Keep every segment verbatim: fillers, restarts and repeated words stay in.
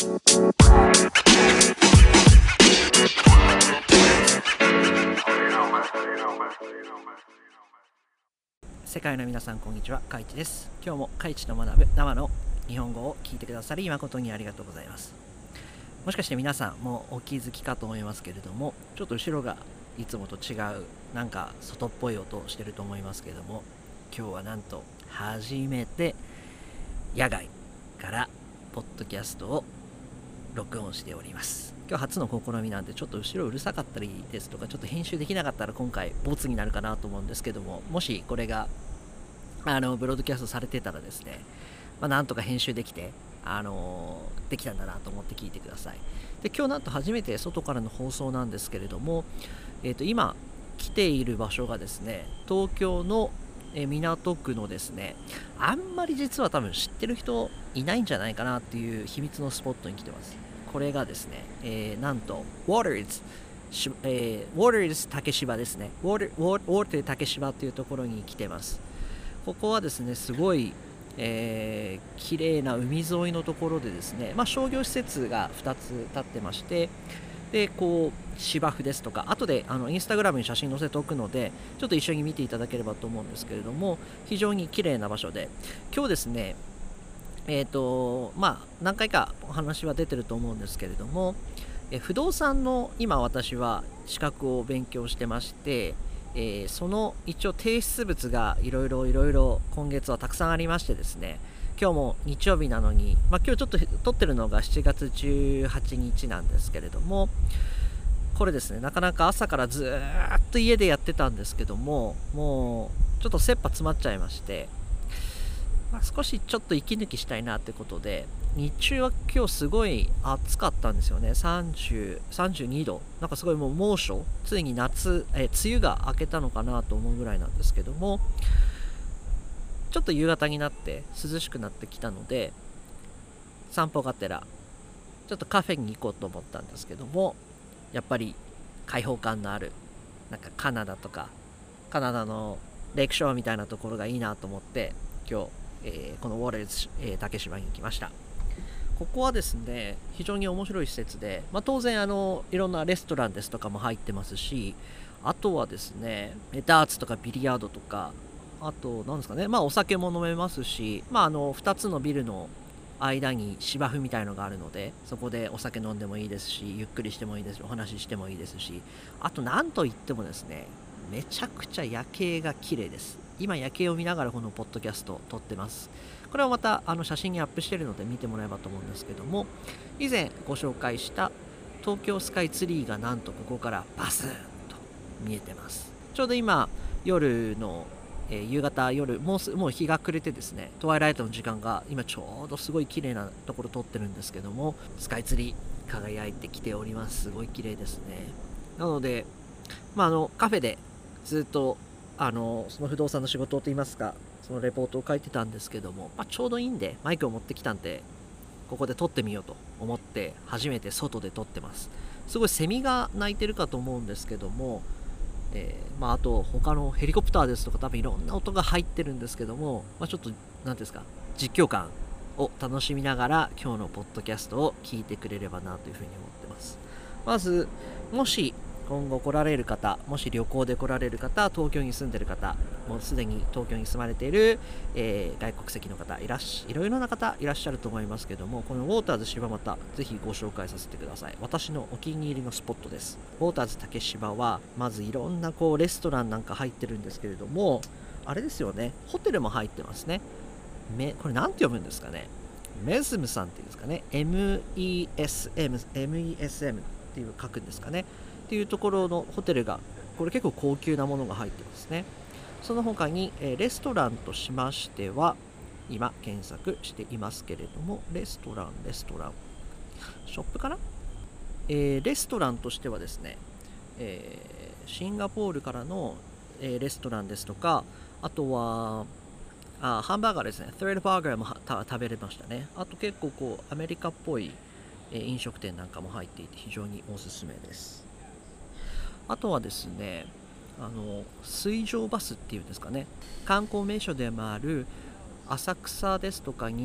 世界の皆さんこんにちは、カイチです。今日もカイチと学ぶ生の日本語を聞いてくださり誠にありがとうございます。もしかして皆さんもうお気づきかと思いますけれども、ちょっと後ろがいつもと違うなんか外っぽい音をしてると思いますけれども、今日はなんと初めて野外からポッドキャストを録音しております。今日初の試みなんでちょっと後ろうるさかったりですとか、ちょっと編集できなかったら今回ボツになるかなと思うんですけども、もしこれがあのブロードキャストされてたらですね、まあ、なんとか編集できて、あのー、できたんだなと思って聞いてください。で、今日なんと初めて外からの放送なんですけれども、えーと、今来ている場所がですね、東京のえ港区のですね、あんまり実は多分知ってる人いないんじゃないかなっていう秘密のスポットに来てます。これがですね、えー、なんと Waters し、えー、Waters 竹芝ですね。 Water, Water 竹芝っていうところに来てます。ここはですね、すごいえー、綺麗な海沿いのところでですね、まあ、商業施設がふたつ建ってまして、でこう芝生ですとか、後であのインスタグラムに写真載せておくのでちょっと一緒に見ていただければと思うんですけれども、非常に綺麗な場所で、今日ですね、えーとまあ、何回かお話は出てると思うんですけれども、え不動産の今私は資格を勉強してまして、えー、その一応提出物がいろいろいろいろ今月はたくさんありましてですね、今日も日曜日なのに、まあ、今日ちょっと撮ってるのがしちがつじゅうはちにちなんですけれども、これですね、なかなか朝からずーっと家でやってたんですけども、もうちょっと切羽詰まっちゃいまして、まあ、少しちょっと息抜きしたいなってことで、日中は今日すごい暑かったんですよね。さんじゅう、さんじゅうにど、なんかすごいもう猛暑、ついに夏、え梅雨が明けたのかなと思うぐらいなんですけども、ちょっと夕方になって涼しくなってきたので、散歩がてらちょっとカフェに行こうと思ったんですけども、やっぱり開放感のあるなんかカナダとかカナダのレイクショアみたいなところがいいなと思って、今日、えー、このウォーレーズ、えー、竹芝に来ました。ここはですね、非常に面白い施設で、まあ、当然あのいろんなレストランですとかも入ってますし、あとはですね、ダーツとかビリヤードとか、あと何ですかね、まあお酒も飲めますし、まああのふたつのビルの間に芝生みたいのがあるので、そこでお酒飲んでもいいですし、ゆっくりしてもいいですし、お話ししてもいいですし、あと何といってもですね、めちゃくちゃ夜景が綺麗です。今夜景を見ながらこのポッドキャストを撮ってます。これはまたあの写真にアップしているので見てもらえばと思うんですけども、以前ご紹介した東京スカイツリーがなんとここからバスーンと見えてます。ちょうど今夜の、えー、夕方夜もうすもう日が暮れてですね、トワイライトの時間が今ちょうどすごい綺麗なところ撮ってるんですけども、スカイツリー輝いてきております。すごい綺麗ですね。なので、まあ、あのカフェでずっとあのその不動産の仕事といいますか、そのレポートを書いてたんですけども、まあ、ちょうどいいんでマイクを持ってきたんで、ここで撮ってみようと思って初めて外で撮ってます。すごいセミが鳴いてるかと思うんですけども、えーまあ、あと他のヘリコプターですとか多分いろんな音が入ってるんですけども、まあ、ちょっと何ですか、実況感を楽しみながら今日のポッドキャストを聞いてくれればなというふうに思ってます。まずもし今後来られる方、もし旅行で来られる方、東京に住んでる方、もうすでに東京に住まれている、えー、外国籍の方いらっしいろいろな方いらっしゃると思いますけども、このウォーターズ柴又ぜひご紹介させてください。私のお気に入りのスポットです。ウォーターズ竹芝はまずいろんなこうレストランなんか入ってるんですけれども、あれですよね、ホテルも入ってますね。めこれなんて読むんですかね、メズムさんっていうんですかね、 エムイーエスエム エムイーエスエム っていう書くんですかねっていうところのホテルが、これ結構高級なものが入ってますね。その他に、えー、レストランとしましては今検索していますけれども、レストランレストランショップかな、えー、レストランとしてはですね、えー、シンガポールからの、えー、レストランですとか、あとはあハンバーガーですね、スレッドバーガーも食べれましたね。あと結構こうアメリカっぽい、えー、飲食店なんかも入っていて非常におすすめです。あとはですね、あの水上バスっていうんですかね、観光名所でもある浅草ですとかにこ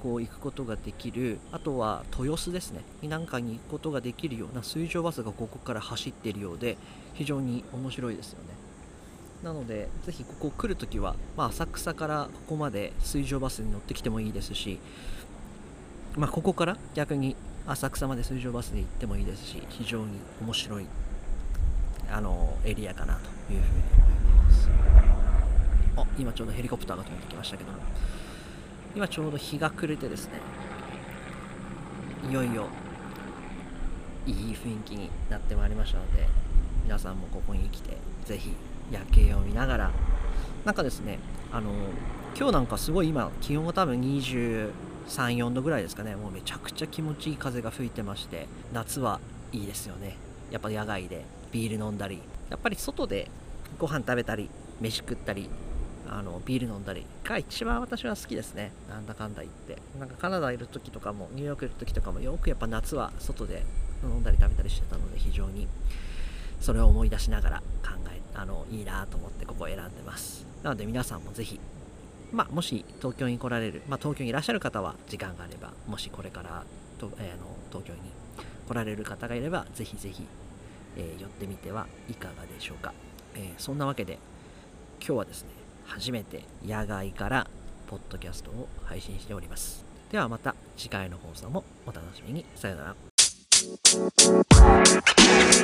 こ行くことができる、あとは豊洲ですねになんかに行くことができるような水上バスがここから走っているようで、非常に面白いですよね。なのでぜひここ来るときは、まあ、浅草からここまで水上バスに乗ってきてもいいですし、まあ、ここから逆に浅草まで水上バスで行ってもいいですし、非常に面白いあのエリアかなというふうに思います。あ、今ちょうどヘリコプターが飛んできましたけども、今ちょうど日が暮れてですね、いよいよいい雰囲気になってまいりましたので、皆さんもここに来てぜひ夜景を見ながら、なんかですね、あの今日なんかすごい今気温が多分にじゅうさん、よんどぐらいですかね。もうめちゃくちゃ気持ちいい風が吹いてまして、夏はいいですよね。やっぱ野外でビール飲んだり、やっぱり外でご飯食べたり飯食ったり、あのビール飲んだりが一番私は好きですね。なんだかんだ言って、なんかカナダいる時とかもニューヨークいる時とかもよくやっぱ夏は外で飲んだり食べたりしてたので、非常にそれを思い出しながら考えあのいいなと思ってここを選んでます。なので皆さんもぜひ、まあ、もし東京に来られる、まあ、東京にいらっしゃる方は時間があれば、もしこれからと、えー、の東京に来られる方がいればぜひぜひ、えー、寄ってみてはいかがでしょうか。えー、そんなわけで今日はですね、初めて野外からポッドキャストを配信しております。ではまた次回の放送もお楽しみに。さような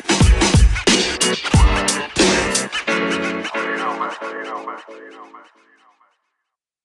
ら。You know, man. You know, man. You know, man.